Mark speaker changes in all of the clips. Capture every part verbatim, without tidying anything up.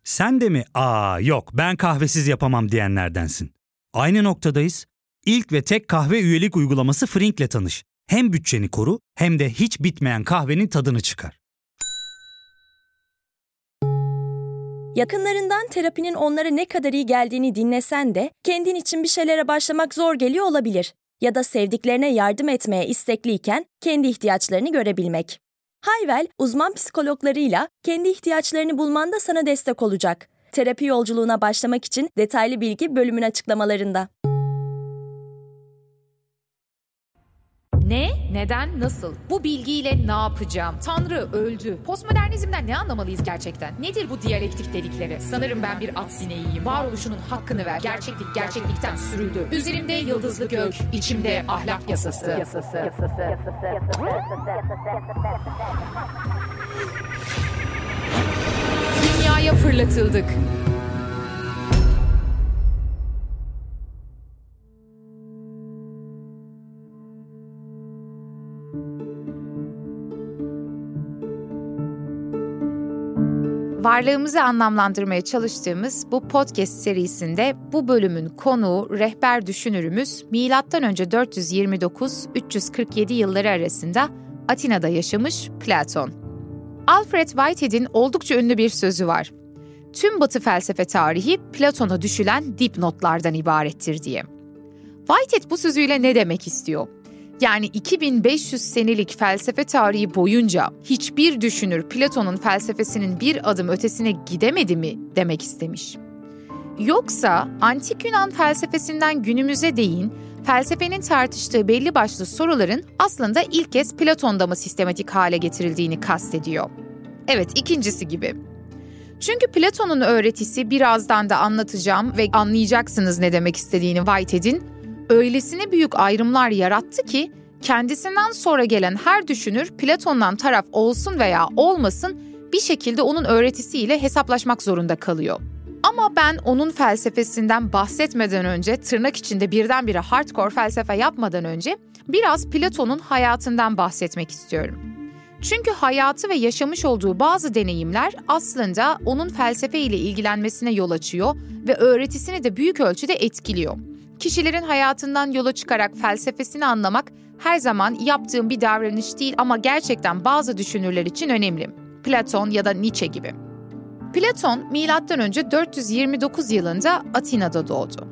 Speaker 1: Sen de mi "Aa yok ben kahvesiz yapamam" diyenlerdensin? Aynı noktadayız. İlk ve tek kahve üyelik uygulaması Frink'le tanış. Hem bütçeni koru hem de hiç bitmeyen kahvenin tadını çıkar.
Speaker 2: Yakınlarından terapinin onlara ne kadar iyi geldiğini dinlesen de kendin için bir şeylere başlamak zor geliyor olabilir. Ya da sevdiklerine yardım etmeye istekliyken kendi ihtiyaçlarını görebilmek. Hayvel, uzman psikologlarıyla kendi ihtiyaçlarını bulmanda sana destek olacak. Terapi yolculuğuna başlamak için detaylı bilgi bölümün açıklamalarında.
Speaker 3: Ne, neden, nasıl? Bu bilgiyle ne yapacağım? Tanrı öldü. Postmodernizmden ne anlamalıyız gerçekten? Nedir bu diyalektik dedikleri? Sanırım ben bir at sineğiyim. Varoluşunun hakkını ver. Gerçeklik gerçeklikten sürüldü. Üzerimde yıldızlı gök, içimde ahlak yasası. yasası. yasası. Dünyaya fırlatıldık. Varlığımızı anlamlandırmaya çalıştığımız bu podcast serisinde bu bölümün konuğu, rehber düşünürümüz milattan önce dört yüz yirmi dokuz üç yüz kırk yedi yılları arasında Atina'da yaşamış Platon. Alfred Whitehead'in oldukça ünlü bir sözü var. Tüm Batı felsefe tarihi Platon'a düşülen dipnotlardan ibarettir diye. Whitehead bu sözüyle ne demek istiyor? Yani iki bin beş yüz senelik felsefe tarihi boyunca hiçbir düşünür Platon'un felsefesinin bir adım ötesine gidemedi mi demek istemiş. Yoksa Antik Yunan felsefesinden günümüze değin felsefenin tartıştığı belli başlı soruların aslında ilk kez Platon'da mı sistematik hale getirildiğini kastediyor. Evet, ikincisi gibi. Çünkü Platon'un öğretisi, birazdan da anlatacağım ve anlayacaksınız ne demek istediğini Whitehead'in, öylesine büyük ayrımlar yarattı ki kendisinden sonra gelen her düşünür Platon'dan taraf olsun veya olmasın bir şekilde onun öğretisiyle hesaplaşmak zorunda kalıyor. Ama ben onun felsefesinden bahsetmeden önce, tırnak içinde birdenbire hardcore felsefe yapmadan önce biraz Platon'un hayatından bahsetmek istiyorum. Çünkü hayatı ve yaşamış olduğu bazı deneyimler aslında onun felsefeyle ilgilenmesine yol açıyor ve öğretisini de büyük ölçüde etkiliyor. Kişilerin hayatından yola çıkarak felsefesini anlamak her zaman yaptığım bir davranış değil ama gerçekten bazı düşünürler için önemli. Platon ya da Nietzsche gibi. Platon milattan önce dört yüz yirmi dokuz yılında Atina'da doğdu.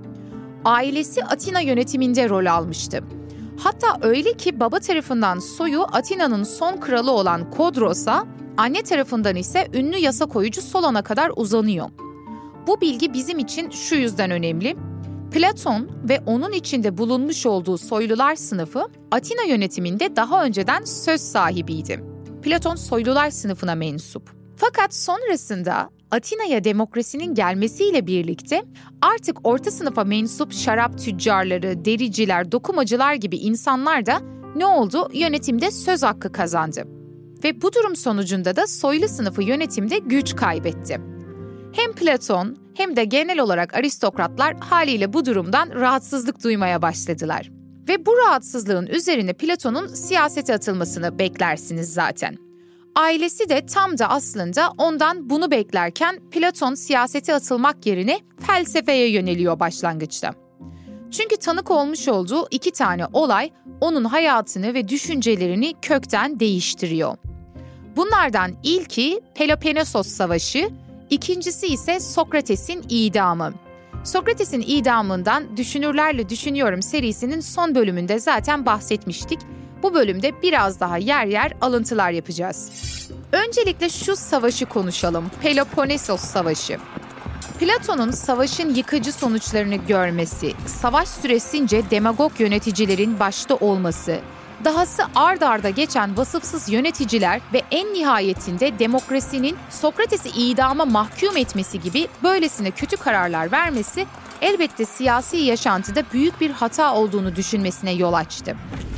Speaker 3: Ailesi Atina yönetiminde rol almıştı. Hatta öyle ki baba tarafından soyu Atina'nın son kralı olan Kodros'a, anne tarafından ise ünlü yasa koyucu Solon'a kadar uzanıyor. Bu bilgi bizim için şu yüzden önemli. Platon ve onun içinde bulunmuş olduğu soylular sınıfı Atina yönetiminde daha önceden söz sahibiydi. Platon soylular sınıfına mensup. Fakat sonrasında Atina'ya demokrasinin gelmesiyle birlikte artık orta sınıfa mensup şarap tüccarları, dericiler, dokumacılar gibi insanlar da ne oldu? Yönetimde söz hakkı kazandı. Ve bu durum sonucunda da soylu sınıfı yönetimde güç kaybetti. Hem Platon hem de genel olarak aristokratlar haliyle bu durumdan rahatsızlık duymaya başladılar. Ve bu rahatsızlığın üzerine Platon'un siyasete atılmasını beklersiniz zaten. Ailesi de tam da aslında ondan bunu beklerken Platon siyasete atılmak yerine felsefeye yöneliyor başlangıçta. Çünkü tanık olmuş olduğu iki tane olay onun hayatını ve düşüncelerini kökten değiştiriyor. Bunlardan ilki Peloponnesos Savaşı, İkincisi ise Sokrates'in idamı. Sokrates'in idamından Düşünürlerle Düşünüyorum serisinin son bölümünde zaten bahsetmiştik. Bu bölümde biraz daha yer yer alıntılar yapacağız. Öncelikle şu savaşı konuşalım. Peloponnesos Savaşı. Platon'un savaşın yıkıcı sonuçlarını görmesi, savaş süresince demagog yöneticilerin başta olması, dahası ard arda geçen vasıfsız yöneticiler ve en nihayetinde demokrasinin Sokrates'i idama mahkum etmesi gibi böylesine kötü kararlar vermesi elbette siyasi yaşantıda büyük bir hata olduğunu düşünmesine yol açtı.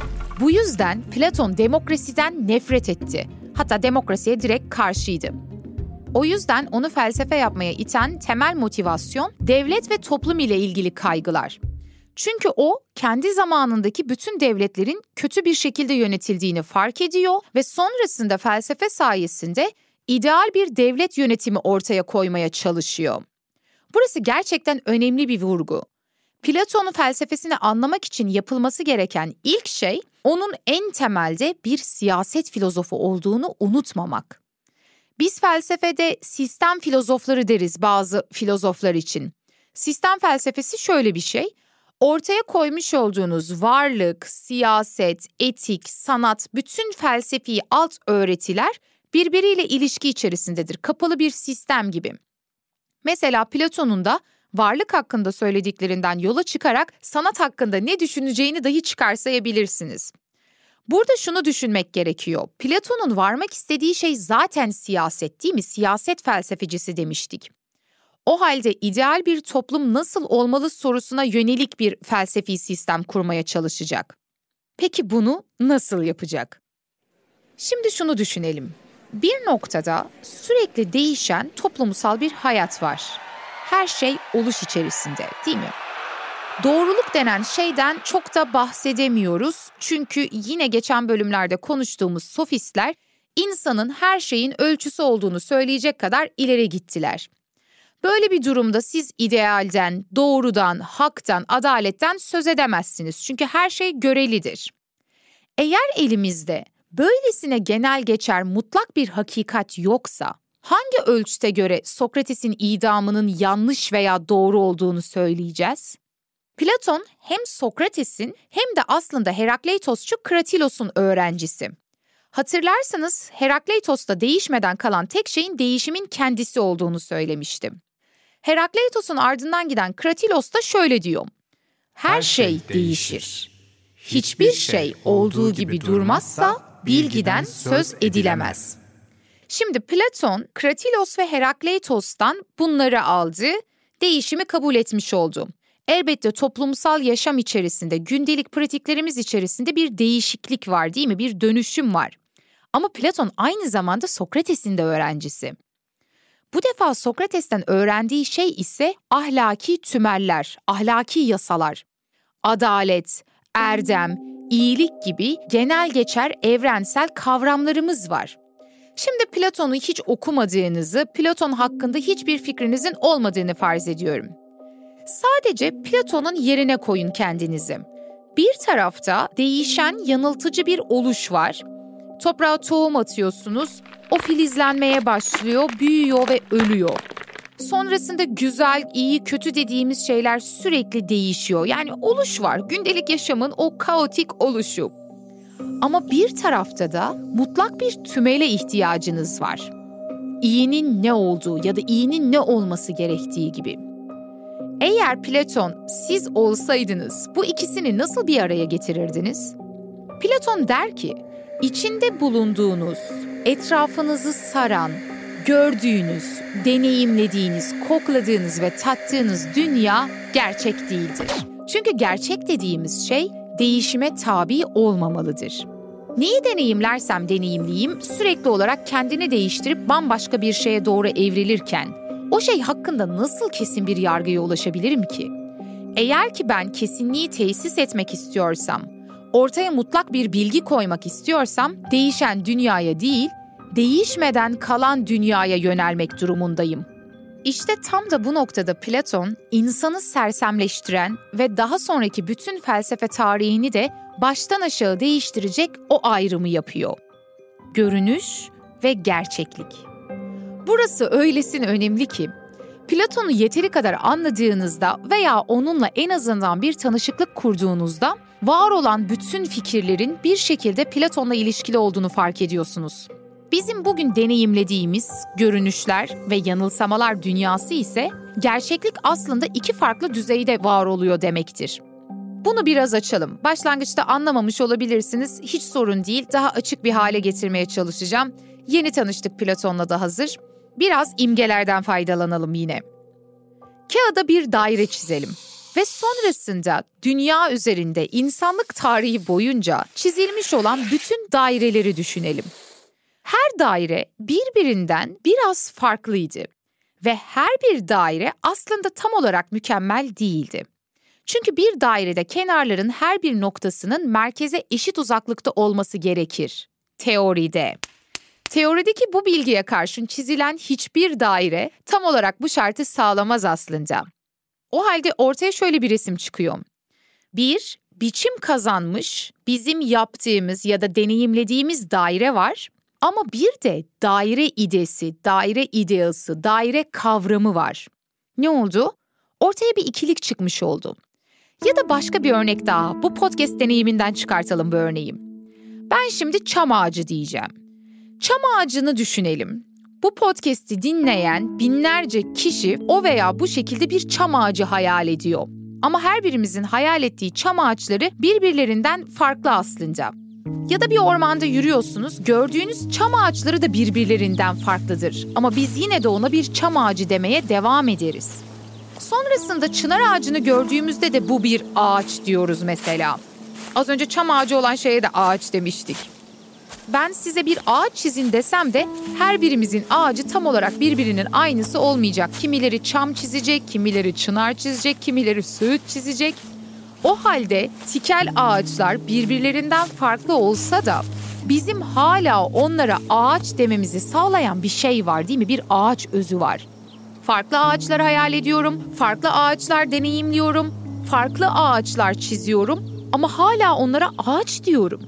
Speaker 3: Bu yüzden Platon demokrasiden nefret etti. Hatta demokrasiye direkt karşıydı. O yüzden onu felsefe yapmaya iten temel motivasyon devlet ve toplum ile ilgili kaygılar. Çünkü o kendi zamanındaki bütün devletlerin kötü bir şekilde yönetildiğini fark ediyor ve sonrasında felsefe sayesinde ideal bir devlet yönetimi ortaya koymaya çalışıyor. Burası gerçekten önemli bir vurgu. Platon'un felsefesini anlamak için yapılması gereken ilk şey, onun en temelde bir siyaset filozofu olduğunu unutmamak. Biz felsefede sistem filozofları deriz bazı filozoflar için. Sistem felsefesi şöyle bir şey, ortaya koymuş olduğunuz varlık, siyaset, etik, sanat, bütün felsefi alt öğretiler birbiriyle ilişki içerisindedir. Kapalı bir sistem gibi. Mesela Platon'un da varlık hakkında söylediklerinden yola çıkarak sanat hakkında ne düşüneceğini dahi çıkarsayabilirsiniz. Burada şunu düşünmek gerekiyor. Platon'un varmak istediği şey zaten siyaset değil mi? Siyaset felsefecisi demiştik. O halde ideal bir toplum nasıl olmalı sorusuna yönelik bir felsefi sistem kurmaya çalışacak. Peki bunu nasıl yapacak? Şimdi şunu düşünelim. Bir noktada sürekli değişen toplumsal bir hayat var. Her şey oluş içerisinde, değil mi? Doğruluk denen şeyden çok da bahsedemiyoruz. Çünkü yine geçen bölümlerde konuştuğumuz sofistler insanın her şeyin ölçüsü olduğunu söyleyecek kadar ileri gittiler. Böyle bir durumda siz idealden, doğrudan, haktan, adaletten söz edemezsiniz. Çünkü her şey görelidir. Eğer elimizde böylesine genel geçer mutlak bir hakikat yoksa, hangi ölçüte göre Sokrates'in idamının yanlış veya doğru olduğunu söyleyeceğiz? Platon hem Sokrates'in hem de aslında Herakleitosçu Kratilos'un öğrencisi. Hatırlarsanız Herakleitos'ta değişmeden kalan tek şeyin değişimin kendisi olduğunu söylemiştim. Herakleitos'un ardından giden Kratilos da şöyle diyor. Her, Her şey, şey değişir. Hiçbir şey olduğu gibi durmazsa bilgiden söz edilemez. Şimdi Platon, Kratilos ve Herakleitos'tan bunları aldı, değişimi kabul etmiş oldu. Elbette toplumsal yaşam içerisinde, gündelik pratiklerimiz içerisinde bir değişiklik var değil mi? Bir dönüşüm var. Ama Platon aynı zamanda Sokrates'in de öğrencisi. Bu defa Sokrates'ten öğrendiği şey ise ahlaki tümeller, ahlaki yasalar. Adalet, erdem, iyilik gibi genel geçer evrensel kavramlarımız var. Şimdi Platon'u hiç okumadığınızı, Platon hakkında hiçbir fikrinizin olmadığını farz ediyorum. Sadece Platon'un yerine koyun kendinizi. Bir tarafta değişen, yanıltıcı bir oluş var. Toprağa tohum atıyorsunuz, o filizlenmeye başlıyor, büyüyor ve ölüyor. Sonrasında güzel, iyi, kötü dediğimiz şeyler sürekli değişiyor. Yani oluş var, gündelik yaşamın o kaotik oluşu. Ama bir tarafta da mutlak bir tümele ihtiyacınız var. İyinin ne olduğu ya da iyinin ne olması gerektiği gibi. Eğer Platon siz olsaydınız bu ikisini nasıl bir araya getirirdiniz? Platon der ki, içinde bulunduğunuz, etrafınızı saran, gördüğünüz, deneyimlediğiniz, kokladığınız ve tattığınız dünya gerçek değildir. Çünkü gerçek dediğimiz şey değişime tabi olmamalıdır. Neyi deneyimlersem deneyimleyeyim, sürekli olarak kendini değiştirip bambaşka bir şeye doğru evrilirken, o şey hakkında nasıl kesin bir yargıya ulaşabilirim ki? Eğer ki ben kesinliği tesis etmek istiyorsam, ortaya mutlak bir bilgi koymak istiyorsam, değişen dünyaya değil, değişmeden kalan dünyaya yönelmek durumundayım. İşte tam da bu noktada Platon, insanı sersemleştiren ve daha sonraki bütün felsefe tarihini de baştan aşağı değiştirecek o ayrımı yapıyor. Görünüş ve gerçeklik. Burası öylesine önemli ki, Platon'u yeteri kadar anladığınızda veya onunla en azından bir tanışıklık kurduğunuzda, var olan bütün fikirlerin bir şekilde Platon'la ilişkili olduğunu fark ediyorsunuz. Bizim bugün deneyimlediğimiz görünüşler ve yanılsamalar dünyası ise gerçeklik aslında iki farklı düzeyde var oluyor demektir. Bunu biraz açalım. Başlangıçta anlamamış olabilirsiniz. Hiç sorun değil. Daha açık bir hale getirmeye çalışacağım. Yeni tanıştık Platon'la da hazır. Biraz imgelerden faydalanalım yine. Kağıda bir daire çizelim. Ve sonrasında dünya üzerinde insanlık tarihi boyunca çizilmiş olan bütün daireleri düşünelim. Her daire birbirinden biraz farklıydı ve her bir daire aslında tam olarak mükemmel değildi. Çünkü bir dairede kenarların her bir noktasının merkeze eşit uzaklıkta olması gerekir. Teoride. Teorideki bu bilgiye karşın çizilen hiçbir daire tam olarak bu şartı sağlamaz aslında. O halde ortaya şöyle bir resim çıkıyor. Bir, biçim kazanmış, bizim yaptığımız ya da deneyimlediğimiz daire var. Ama bir de daire idesi, daire ideası, daire kavramı var. Ne oldu? Ortaya bir ikilik çıkmış oldu. Ya da başka bir örnek daha. Bu podcast deneyiminden çıkartalım bu örneği. Ben şimdi çam ağacı diyeceğim. Çam ağacını düşünelim. Bu podcast'i dinleyen binlerce kişi o veya bu şekilde bir çam ağacı hayal ediyor. Ama her birimizin hayal ettiği çam ağaçları birbirlerinden farklı aslında. Ya da bir ormanda yürüyorsunuz, gördüğünüz çam ağaçları da birbirlerinden farklıdır. Ama biz yine de ona bir çam ağacı demeye devam ederiz. Sonrasında çınar ağacını gördüğümüzde de bu bir ağaç diyoruz mesela. Az önce çam ağacı olan şeye de ağaç demiştik. Ben size bir ağaç çizin desem de her birimizin ağacı tam olarak birbirinin aynısı olmayacak. Kimileri çam çizecek, kimileri çınar çizecek, kimileri söğüt çizecek. O halde tikel ağaçlar birbirlerinden farklı olsa da bizim hala onlara ağaç dememizi sağlayan bir şey var değil mi? Bir ağaç özü var. Farklı ağaçlar hayal ediyorum, farklı ağaçlar deneyimliyorum, farklı ağaçlar çiziyorum ama hala onlara ağaç diyorum.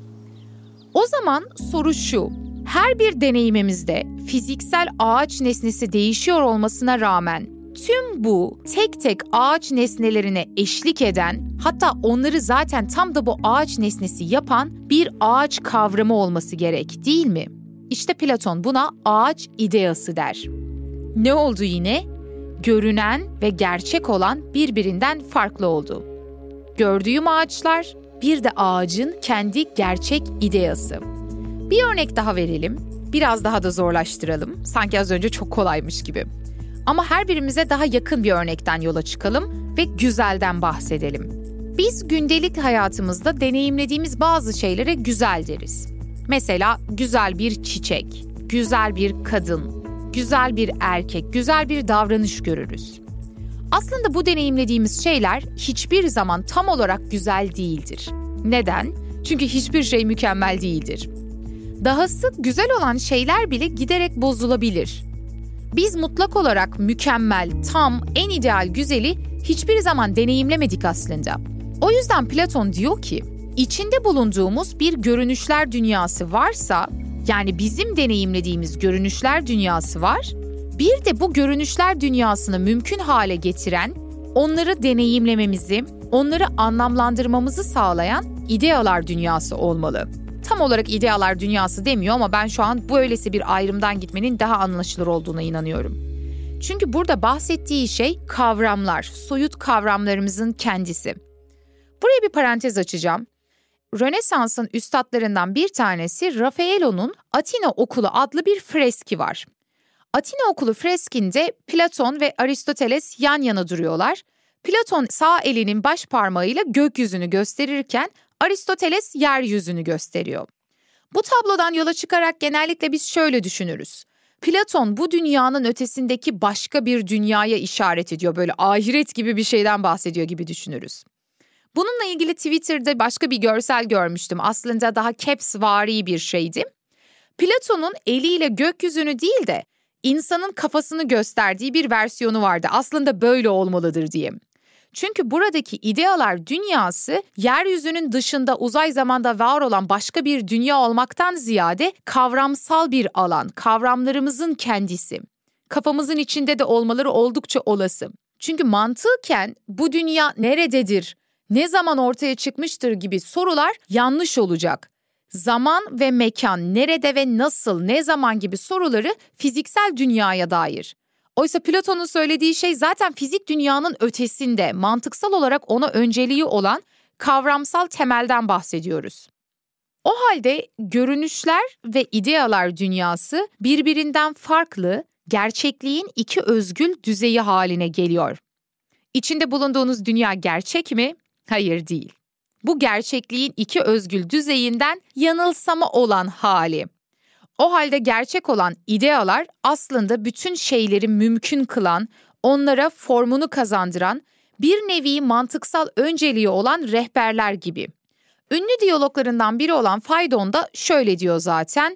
Speaker 3: O zaman soru şu, her bir deneyimimizde fiziksel ağaç nesnesi değişiyor olmasına rağmen tüm bu tek tek ağaç nesnelerine eşlik eden, hatta onları zaten tam da bu ağaç nesnesi yapan bir ağaç kavramı olması gerek, değil mi? İşte Platon buna ağaç ideası der. Ne oldu yine? Görünen ve gerçek olan birbirinden farklı oldu. Gördüğüm ağaçlar, bir de ağacın kendi gerçek ideası. Bir örnek daha verelim, biraz daha da zorlaştıralım. Sanki az önce çok kolaymış gibi. Ama her birimize daha yakın bir örnekten yola çıkalım ve güzelden bahsedelim. Biz gündelik hayatımızda deneyimlediğimiz bazı şeylere güzel deriz. Mesela güzel bir çiçek, güzel bir kadın, güzel bir erkek, güzel bir davranış görürüz. Aslında bu deneyimlediğimiz şeyler hiçbir zaman tam olarak güzel değildir. Neden? Çünkü hiçbir şey mükemmel değildir. Dahası güzel olan şeyler bile giderek bozulabilir. Biz mutlak olarak mükemmel, tam, en ideal güzeli hiçbir zaman deneyimlemedik aslında. O yüzden Platon diyor ki, içinde bulunduğumuz bir görünüşler dünyası varsa, yani bizim deneyimlediğimiz görünüşler dünyası var, bir de bu görünüşler dünyasını mümkün hale getiren, onları deneyimlememizi, onları anlamlandırmamızı sağlayan idealar dünyası olmalı. Tam olarak idealar dünyası demiyor ama ben şu an böylesi bir ayrımdan gitmenin daha anlaşılır olduğuna inanıyorum. Çünkü burada bahsettiği şey kavramlar, soyut kavramlarımızın kendisi. Buraya bir parantez açacağım. Rönesans'ın üstadlarından bir tanesi Raffaello'nun Atina Okulu adlı bir freski var. Atina Okulu freskinde Platon ve Aristoteles yan yana duruyorlar. Platon sağ elinin baş parmağıyla gökyüzünü gösterirken Aristoteles yeryüzünü gösteriyor. Bu tablodan yola çıkarak genellikle biz şöyle düşünürüz. Platon bu dünyanın ötesindeki başka bir dünyaya işaret ediyor. Böyle ahiret gibi bir şeyden bahsediyor gibi düşünürüz. Bununla ilgili Twitter'da başka bir görsel görmüştüm. Aslında daha capsvari bir şeydi. Platon'un eliyle gökyüzünü değil de insanın kafasını gösterdiği bir versiyonu vardı. Aslında böyle olmalıdır diye. Çünkü buradaki idealar dünyası yeryüzünün dışında uzay zamanda var olan başka bir dünya olmaktan ziyade kavramsal bir alan, kavramlarımızın kendisi. Kafamızın içinde de olmaları oldukça olası. Çünkü mantıken bu dünya nerededir, ne zaman ortaya çıkmıştır gibi sorular yanlış olacak. Zaman ve mekan, nerede ve nasıl, ne zaman gibi soruları fiziksel dünyaya dair. Oysa Platon'un söylediği şey zaten fizik dünyanın ötesinde, mantıksal olarak ona önceliği olan kavramsal temelden bahsediyoruz. O halde görünüşler ve idealar dünyası birbirinden farklı, gerçekliğin iki özgül düzeyi haline geliyor. İçinde bulunduğunuz dünya gerçek mi? Hayır değil. Bu gerçekliğin iki özgül düzeyinden yanılsama olan hali. O halde gerçek olan idealar aslında bütün şeyleri mümkün kılan, onlara formunu kazandıran, bir nevi mantıksal önceliği olan rehberler gibi. Ünlü diyaloglarından biri olan Faydon da şöyle diyor zaten,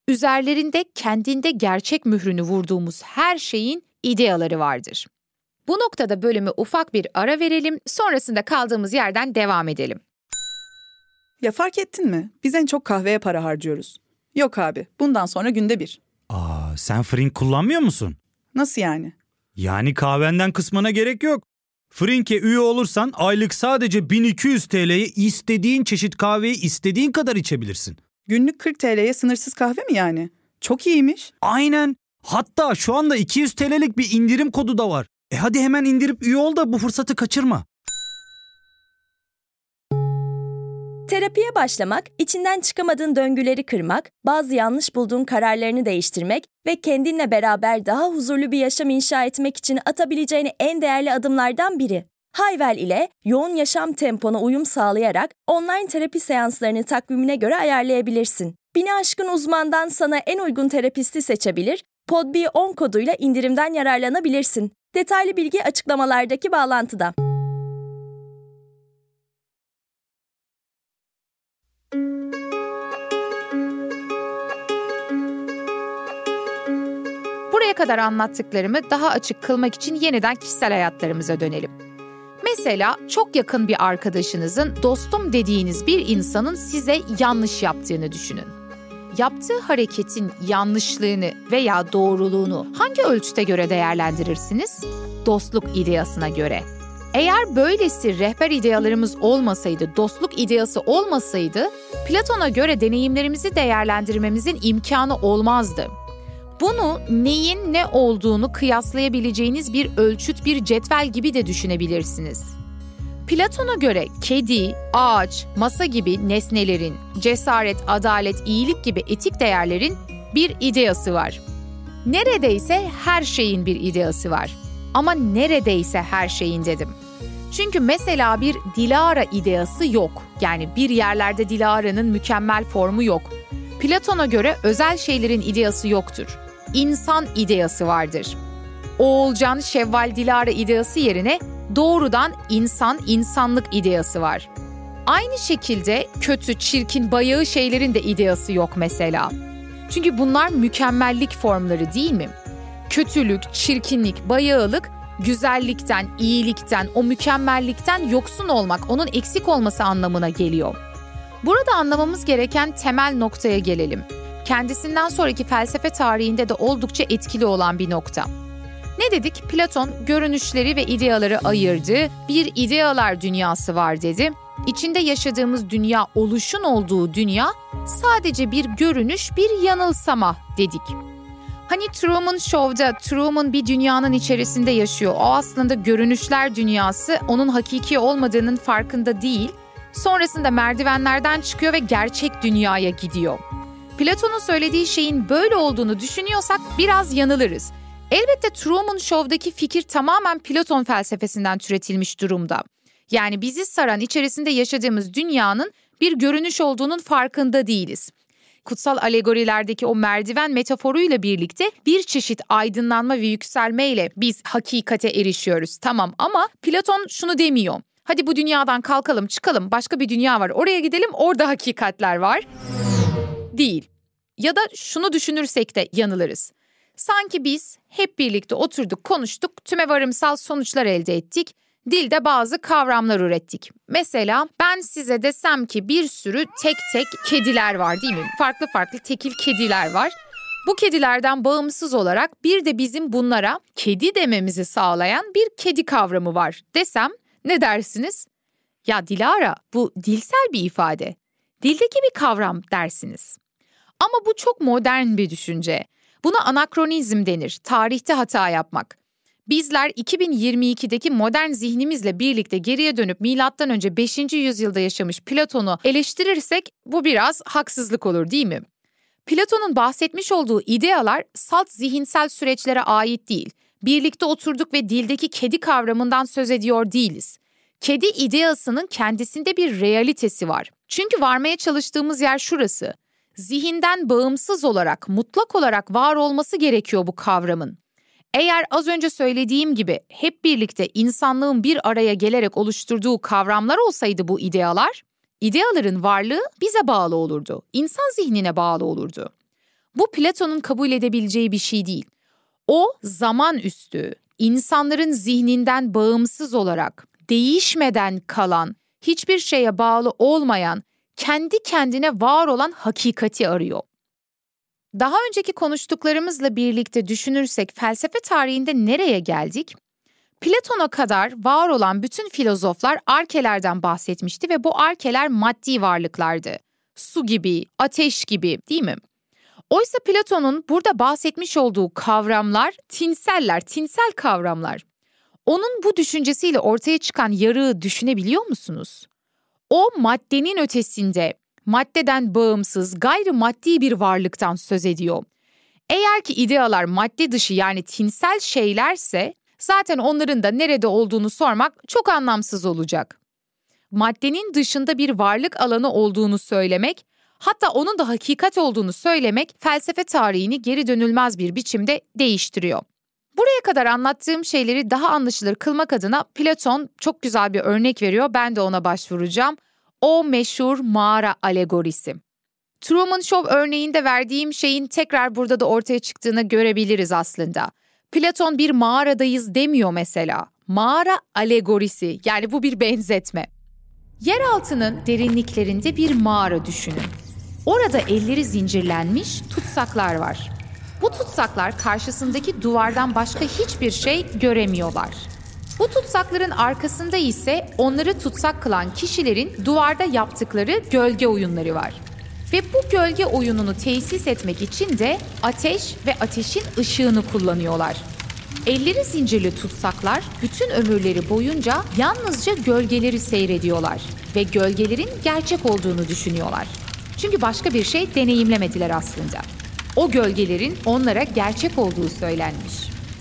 Speaker 3: üzerlerinde kendinde gerçek mührünü vurduğumuz her şeyin ideaları vardır. Bu noktada bölümü ufak bir ara verelim, sonrasında kaldığımız yerden devam edelim.
Speaker 4: Ya fark ettin mi? Biz en çok kahveye para harcıyoruz. Yok abi, bundan sonra günde bir.
Speaker 1: Aa, sen Frink kullanmıyor musun?
Speaker 4: Nasıl yani?
Speaker 1: Yani kahvenden kısmına gerek yok. Frink'e üye olursan aylık sadece bin iki yüz T L'ye istediğin çeşit kahveyi istediğin kadar içebilirsin.
Speaker 4: Günlük kırk T L'ye sınırsız kahve mi yani? Çok iyiymiş.
Speaker 1: Aynen. Hatta şu anda iki yüz T L'lik bir indirim kodu da var. E hadi hemen indirip üye ol da bu fırsatı kaçırma.
Speaker 2: Terapiye başlamak, içinden çıkamadığın döngüleri kırmak, bazı yanlış bulduğun kararlarını değiştirmek ve kendinle beraber daha huzurlu bir yaşam inşa etmek için atabileceğin en değerli adımlardan biri. Hayvel ile yoğun yaşam tempona uyum sağlayarak online terapi seanslarını takvimine göre ayarlayabilirsin. Bini aşkın uzmandan sana en uygun terapisti seçebilir, Podbi on koduyla indirimden yararlanabilirsin. Detaylı bilgi açıklamalardaki bağlantıda.
Speaker 3: Buraya kadar anlattıklarımı daha açık kılmak için yeniden kişisel hayatlarımıza dönelim. Mesela çok yakın bir arkadaşınızın, dostum dediğiniz bir insanın size yanlış yaptığını düşünün. Yaptığı hareketin yanlışlığını veya doğruluğunu hangi ölçüte göre değerlendirirsiniz? Dostluk ideasına göre. Eğer böylesi rehber idealarımız olmasaydı, dostluk ideası olmasaydı, Platon'a göre deneyimlerimizi değerlendirmemizin imkanı olmazdı. Bunu neyin ne olduğunu kıyaslayabileceğiniz bir ölçüt, bir cetvel gibi de düşünebilirsiniz. Platon'a göre kedi, ağaç, masa gibi nesnelerin, cesaret, adalet, iyilik gibi etik değerlerin bir ideası var. Neredeyse her şeyin bir ideası var. Ama neredeyse her şeyin dedim. Çünkü mesela bir Dilara ideası yok. Yani bir yerlerde Dilara'nın mükemmel formu yok. Platon'a göre özel şeylerin ideası yoktur. İnsan ideası vardır. Oğulcan, Şevval, Dilara ideası yerine doğrudan insan, insanlık ideası var. Aynı şekilde kötü, çirkin, bayağı şeylerin de ideası yok mesela. Çünkü bunlar mükemmellik formları değil mi? Kötülük, çirkinlik, bayağılık, güzellikten, iyilikten, o mükemmellikten yoksun olmak, onun eksik olması anlamına geliyor. Burada anlamamız gereken temel noktaya gelelim. Kendisinden sonraki felsefe tarihinde de oldukça etkili olan bir nokta. Ne dedik? Platon görünüşleri ve ideaları ayırdı. Bir idealar dünyası var dedi. İçinde yaşadığımız dünya, oluşun olduğu dünya sadece bir görünüş, bir yanılsama dedik. Hani Truman Show'da Truman bir dünyanın içerisinde yaşıyor. O aslında görünüşler dünyası, onun hakiki olmadığının farkında değil. Sonrasında merdivenlerden çıkıyor ve gerçek dünyaya gidiyor. Platon'un söylediği şeyin böyle olduğunu düşünüyorsak biraz yanılırız. Elbette Truman Show'daki fikir tamamen Platon felsefesinden türetilmiş durumda. Yani bizi saran, içerisinde yaşadığımız dünyanın bir görünüş olduğunun farkında değiliz. Kutsal alegorilerdeki o merdiven metaforuyla birlikte bir çeşit aydınlanma ve yükselmeyle biz hakikate erişiyoruz. Tamam, ama Platon şunu demiyor. Hadi bu dünyadan kalkalım, çıkalım, başka bir dünya var, oraya gidelim, orada hakikatler var. Değil. Ya da şunu düşünürsek de yanılırız. Sanki biz hep birlikte oturduk, konuştuk, tümevarımsal sonuçlar elde ettik. Dilde bazı kavramlar ürettik. Mesela ben size desem ki bir sürü tek tek kediler var değil mi? Farklı farklı tekil kediler var. Bu kedilerden bağımsız olarak bir de bizim bunlara kedi dememizi sağlayan bir kedi kavramı var desem ne dersiniz? Ya Dilara, bu dilsel bir ifade. Dildeki bir kavram dersiniz. Ama bu çok modern bir düşünce. Buna anakronizm denir, tarihte hata yapmak. Bizler iki bin yirmi ikideki modern zihnimizle birlikte geriye dönüp milattan önce beşinci yüzyılda yaşamış Platon'u eleştirirsek bu biraz haksızlık olur değil mi? Platon'un bahsetmiş olduğu idealar salt zihinsel süreçlere ait değil. Birlikte oturduk ve dildeki kedi kavramından söz ediyor değiliz. Kedi ideasının kendisinde bir realitesi var. Çünkü varmaya çalıştığımız yer şurası. Zihinden bağımsız olarak, mutlak olarak var olması gerekiyor bu kavramın. Eğer az önce söylediğim gibi hep birlikte insanlığın bir araya gelerek oluşturduğu kavramlar olsaydı bu idealar, ideaların varlığı bize bağlı olurdu, insan zihnine bağlı olurdu. Bu Platon'un kabul edebileceği bir şey değil. O zaman üstü, insanların zihninden bağımsız olarak, değişmeden kalan, hiçbir şeye bağlı olmayan, kendi kendine var olan hakikati arıyor. Daha önceki konuştuklarımızla birlikte düşünürsek felsefe tarihinde nereye geldik? Platon'a kadar var olan bütün filozoflar arkelerden bahsetmişti ve bu arkeler maddi varlıklardı. Su gibi, ateş gibi, değil mi? Oysa Platon'un burada bahsetmiş olduğu kavramlar tinseller, tinsel kavramlar. Onun bu düşüncesiyle ortaya çıkan yarığı düşünebiliyor musunuz? O maddenin ötesinde, maddeden bağımsız, gayrimaddi bir varlıktan söz ediyor. Eğer ki idealar madde dışı yani tinsel şeylerse, zaten onların da nerede olduğunu sormak çok anlamsız olacak. Maddenin dışında bir varlık alanı olduğunu söylemek, hatta onun da hakikat olduğunu söylemek felsefe tarihini geri dönülmez bir biçimde değiştiriyor. Buraya kadar anlattığım şeyleri daha anlaşılır kılmak adına Platon çok güzel bir örnek veriyor. Ben de ona başvuracağım. O meşhur mağara alegorisi. Truman Show örneğinde verdiğim şeyin tekrar burada da ortaya çıktığını görebiliriz aslında. Platon bir mağaradayız demiyor mesela. Mağara alegorisi, yani bu bir benzetme. Yeraltının derinliklerinde bir mağara düşünün. Orada elleri zincirlenmiş tutsaklar var. Bu tutsaklar karşısındaki duvardan başka hiçbir şey göremiyorlar. Bu tutsakların arkasında ise onları tutsak kılan kişilerin duvarda yaptıkları gölge oyunları var. Ve bu gölge oyununu tesis etmek için de ateş ve ateşin ışığını kullanıyorlar. Elleri zincirli tutsaklar bütün ömürleri boyunca yalnızca gölgeleri seyrediyorlar ve gölgelerin gerçek olduğunu düşünüyorlar. Çünkü başka bir şey deneyimlemediler aslında. O gölgelerin onlara gerçek olduğu söylenmiş.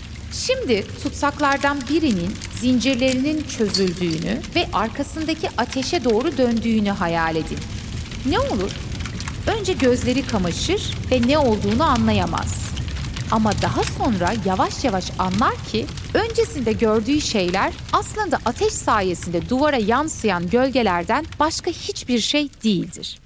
Speaker 3: Şimdi tutsaklardan birinin zincirlerinin çözüldüğünü ve arkasındaki ateşe doğru döndüğünü hayal edin. Ne olur? Önce gözleri kamaşır ve ne olduğunu anlayamaz. Ama daha sonra yavaş yavaş anlar ki öncesinde gördüğü şeyler aslında ateş sayesinde duvara yansıyan gölgelerden başka hiçbir şey değildir.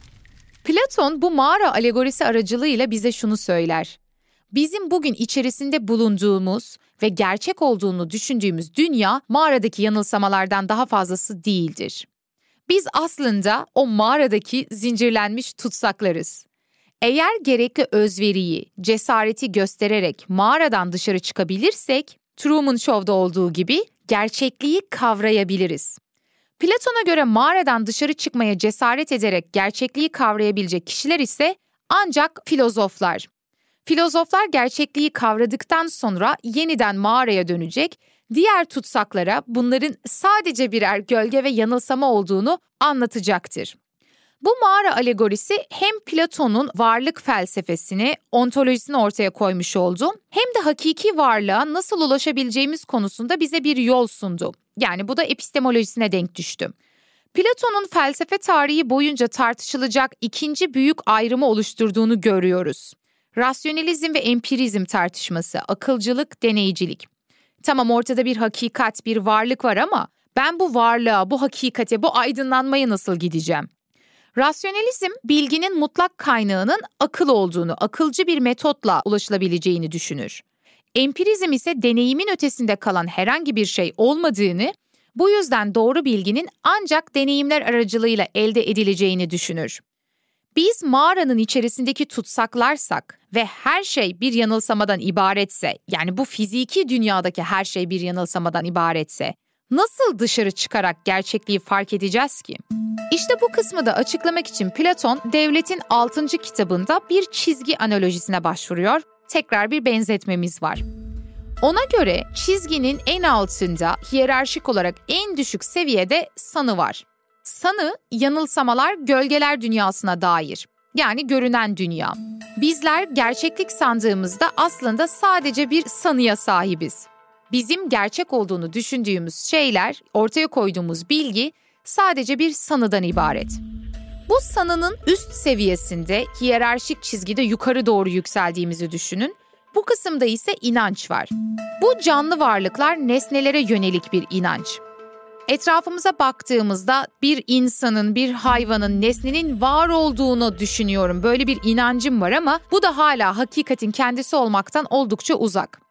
Speaker 3: Platon bu mağara alegorisi aracılığıyla bize şunu söyler. Bizim bugün içerisinde bulunduğumuz ve gerçek olduğunu düşündüğümüz dünya mağaradaki yanılsamalardan daha fazlası değildir. Biz aslında o mağaradaki zincirlenmiş tutsaklarız. Eğer gerekli özveriyi, cesareti göstererek mağaradan dışarı çıkabilirsek, Truman Show'da olduğu gibi gerçekliği kavrayabiliriz. Platon'a göre mağaradan dışarı çıkmaya cesaret ederek gerçekliği kavrayabilecek kişiler ise ancak filozoflar. Filozoflar gerçekliği kavradıktan sonra yeniden mağaraya dönecek, diğer tutsaklara bunların sadece birer gölge ve yanılsama olduğunu anlatacaktır. Bu mağara alegorisi hem Platon'un varlık felsefesini, ontolojisini ortaya koymuş oldu, hem de hakiki varlığa nasıl ulaşabileceğimiz konusunda bize bir yol sundu. Yani bu da epistemolojisine denk düştü. Platon'un felsefe tarihi boyunca tartışılacak ikinci büyük ayrımı oluşturduğunu görüyoruz. Rasyonalizm ve empirizm tartışması, akılcılık, deneycilik. Tamam, ortada bir hakikat, bir varlık var ama ben bu varlığa, bu hakikate, bu aydınlanmaya nasıl gideceğim? Rasyonalizm, bilginin mutlak kaynağının akıl olduğunu, akılcı bir metotla ulaşılabileceğini düşünür. Empirizm ise deneyimin ötesinde kalan herhangi bir şey olmadığını, bu yüzden doğru bilginin ancak deneyimler aracılığıyla elde edileceğini düşünür. Biz mağaranın içerisindeki tutsaklarsak ve her şey bir yanılsamadan ibaretse, yani bu fiziki dünyadaki her şey bir yanılsamadan ibaretse, nasıl dışarı çıkarak gerçekliği fark edeceğiz ki? İşte bu kısmı da açıklamak için Platon, Devlet'in altıncı kitabında bir çizgi analojisine başvuruyor. Tekrar bir benzetmemiz var. Ona göre çizginin en altında hiyerarşik olarak en düşük seviyede sanı var. Sanı, yanılsamalar, gölgeler dünyasına dair. Yani görünen dünya. Bizler gerçeklik sandığımızda aslında sadece bir sanıya sahibiz. Bizim gerçek olduğunu düşündüğümüz şeyler, ortaya koyduğumuz bilgi sadece bir sanıdan ibaret. Bu sanının üst seviyesinde hiyerarşik çizgide yukarı doğru yükseldiğimizi düşünün. Bu kısımda ise inanç var. Bu canlı varlıklar nesnelere yönelik bir inanç. Etrafımıza baktığımızda bir insanın, bir hayvanın, nesnenin var olduğunu düşünüyorum. Böyle bir inancım var ama bu da hala hakikatin kendisi olmaktan oldukça uzak.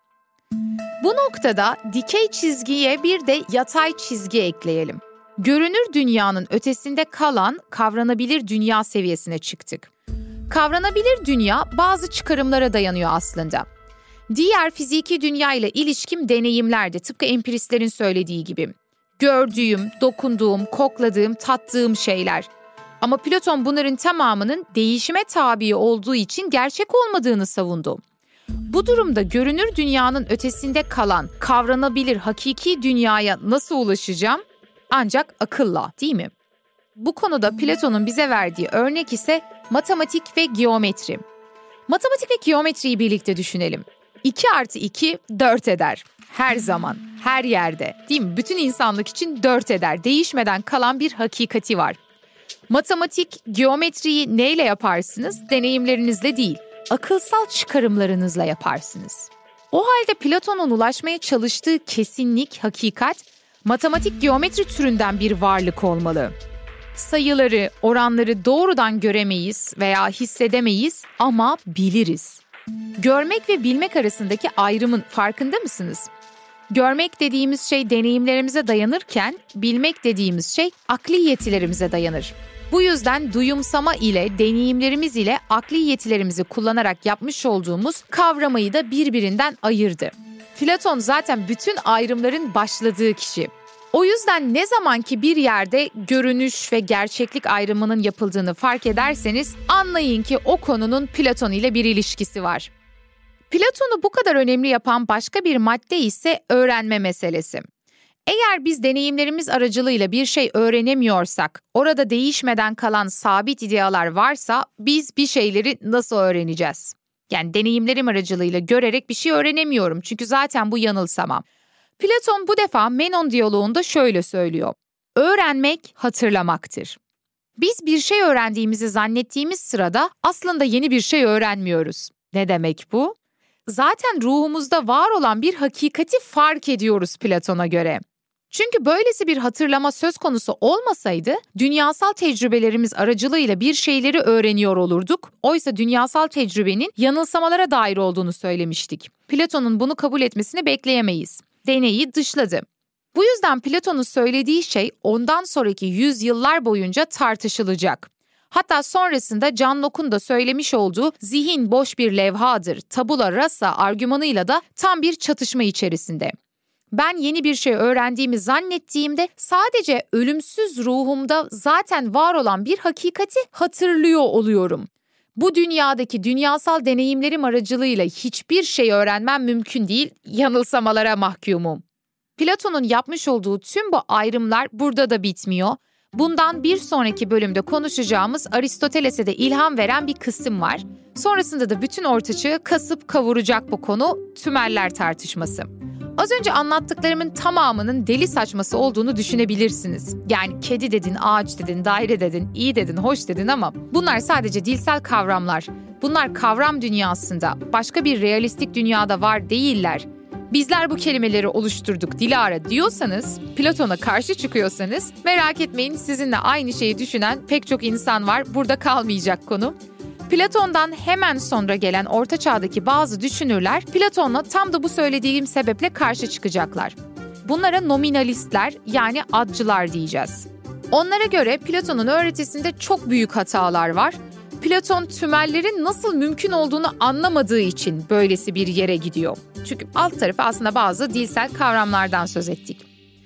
Speaker 3: Bu noktada dikey çizgiye bir de yatay çizgi ekleyelim. Görünür dünyanın ötesinde kalan kavranabilir dünya seviyesine çıktık. Kavranabilir dünya bazı çıkarımlara dayanıyor aslında. Diğer fiziki dünya ile ilişkim deneyimlerde, tıpkı empiristlerin söylediği gibi. Gördüğüm, dokunduğum, kokladığım, tattığım şeyler. Ama Platon bunların tamamının değişime tabi olduğu için gerçek olmadığını savundu. Bu durumda görünür dünyanın ötesinde kalan, kavranabilir hakiki dünyaya nasıl ulaşacağım? Ancak akılla, değil mi? Bu konuda Platon'un bize verdiği örnek ise matematik ve geometri. Matematik ve geometriyi birlikte düşünelim. iki artı iki dört eder. Her zaman, her yerde, değil mi? Bütün insanlık için dört eder. Değişmeden kalan bir hakikati var. Matematik, geometriyi neyle yaparsınız? Deneyimlerinizle değil, akılsal çıkarımlarınızla yaparsınız. O halde Platon'un ulaşmaya çalıştığı kesinlik, hakikat, matematik geometri türünden bir varlık olmalı. Sayıları, oranları doğrudan göremeyiz veya hissedemeyiz ama biliriz. Görmek ve bilmek arasındaki ayrımın farkında mısınız? Görmek dediğimiz şey deneyimlerimize dayanırken, bilmek dediğimiz şey akli yetilerimize dayanır. Bu yüzden duyumsama ile, deneyimlerimiz ile akli yetilerimizi kullanarak yapmış olduğumuz kavramayı da birbirinden ayırdı. Platon zaten bütün ayrımların başladığı kişi. O yüzden ne zaman ki bir yerde görünüş ve gerçeklik ayrımının yapıldığını fark ederseniz anlayın ki o konunun Platon ile bir ilişkisi var. Platon'u bu kadar önemli yapan başka bir madde ise öğrenme meselesi. Eğer biz deneyimlerimiz aracılığıyla bir şey öğrenemiyorsak, orada değişmeden kalan sabit idealar varsa biz bir şeyleri nasıl öğreneceğiz? Yani deneyimlerim aracılığıyla görerek bir şey öğrenemiyorum çünkü zaten bu yanılsamam. Platon bu defa Menon diyaloğunda şöyle söylüyor. Öğrenmek hatırlamaktır. Biz bir şey öğrendiğimizi zannettiğimiz sırada aslında yeni bir şey öğrenmiyoruz. Ne demek bu? Zaten ruhumuzda var olan bir hakikati fark ediyoruz Platon'a göre. Çünkü böylesi bir hatırlama söz konusu olmasaydı, dünyasal tecrübelerimiz aracılığıyla bir şeyleri öğreniyor olurduk. Oysa dünyasal tecrübenin yanılsamalara dair olduğunu söylemiştik. Platon'un bunu kabul etmesini bekleyemeyiz. Deneyi dışladı. Bu yüzden Platon'un söylediği şey ondan sonraki yüzyıllar boyunca tartışılacak. Hatta sonrasında John Locke'un da söylemiş olduğu zihin boş bir levhadır, tabula rasa argümanıyla da tam bir çatışma içerisinde. Ben yeni bir şey öğrendiğimi zannettiğimde sadece ölümsüz ruhumda zaten var olan bir hakikati hatırlıyor oluyorum. Bu dünyadaki dünyasal deneyimlerim aracılığıyla hiçbir şey öğrenmem mümkün değil, yanılsamalara mahkumum. Platon'un yapmış olduğu tüm bu ayrımlar burada da bitmiyor. Bundan bir sonraki bölümde konuşacağımız Aristoteles'e de ilham veren bir kısım var. Sonrasında da bütün ortaçağı kasıp kavuracak bu konu tümeller tartışması. Az önce anlattıklarımın tamamının deli saçması olduğunu düşünebilirsiniz. Yani kedi dedin, ağaç dedin, daire dedin, iyi dedin, hoş dedin ama bunlar sadece dilsel kavramlar. Bunlar kavram dünyasında, başka bir realistik dünyada var değiller. Bizler bu kelimeleri oluşturduk Dilara diyorsanız, Platon'a karşı çıkıyorsanız merak etmeyin, sizinle aynı şeyi düşünen pek çok insan var. Burada kalmayacak konu. Platon'dan hemen sonra gelen Orta Çağ'daki bazı düşünürler Platon'la tam da bu söylediğim sebeple karşı çıkacaklar. Bunlara nominalistler yani adcılar diyeceğiz. Onlara göre Platon'un öğretisinde çok büyük hatalar var. Platon tümellerin nasıl mümkün olduğunu anlamadığı için böylesi bir yere gidiyor. Çünkü alt tarafı aslında bazı dilsel kavramlardan söz ettik.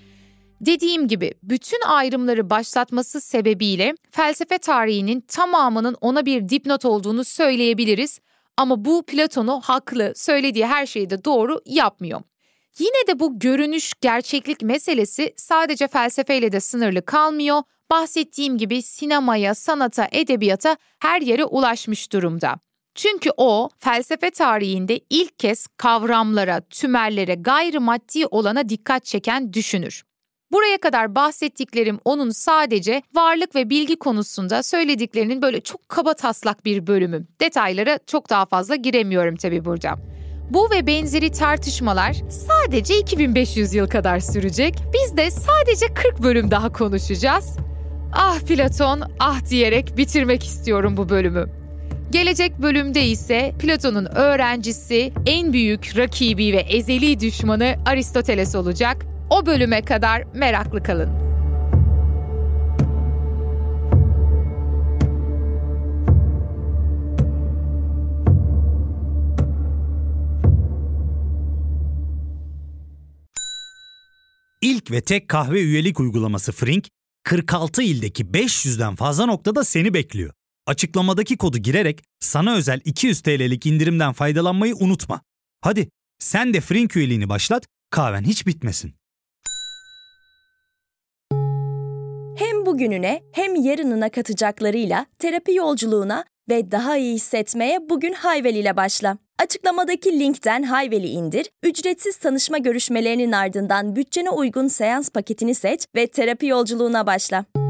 Speaker 3: Dediğim gibi bütün ayrımları başlatması sebebiyle felsefe tarihinin tamamının ona bir dipnot olduğunu söyleyebiliriz. Ama bu Platon'u haklı, söylediği her şeyi de doğru yapmıyor. Yine de bu görünüş, gerçeklik meselesi sadece felsefeyle de sınırlı kalmıyor. Bahsettiğim gibi sinemaya, sanata, edebiyata her yere ulaşmış durumda. Çünkü o felsefe tarihinde ilk kez kavramlara, tümellere, gayrimaddi olana dikkat çeken düşünür. Buraya kadar bahsettiklerim onun sadece varlık ve bilgi konusunda söylediklerinin böyle çok kabataslak bir bölümü. Detaylara çok daha fazla giremiyorum tabii burada. Bu ve benzeri tartışmalar sadece iki bin beş yüz yıl kadar sürecek. Biz de sadece kırk bölüm daha konuşacağız. Ah Platon, ah diyerek bitirmek istiyorum bu bölümü. Gelecek bölümde ise Platon'un öğrencisi, en büyük rakibi ve ezeli düşmanı Aristoteles olacak. O bölüme kadar meraklı kalın.
Speaker 1: İlk ve tek kahve üyelik uygulaması Frink, kırk altı ildeki beş yüzden fazla noktada seni bekliyor. Açıklamadaki kodu girerek sana özel iki yüz TL'lik indirimden faydalanmayı unutma. Hadi sen de Frink üyeliğini başlat, kahven hiç bitmesin.
Speaker 2: Hem bugününe hem yarınına katacaklarıyla terapi yolculuğuna ve daha iyi hissetmeye bugün Hayvel ile başla. Açıklamadaki linkten Hayvel'i indir, ücretsiz tanışma görüşmelerinin ardından bütçene uygun seans paketini seç ve terapi yolculuğuna başla.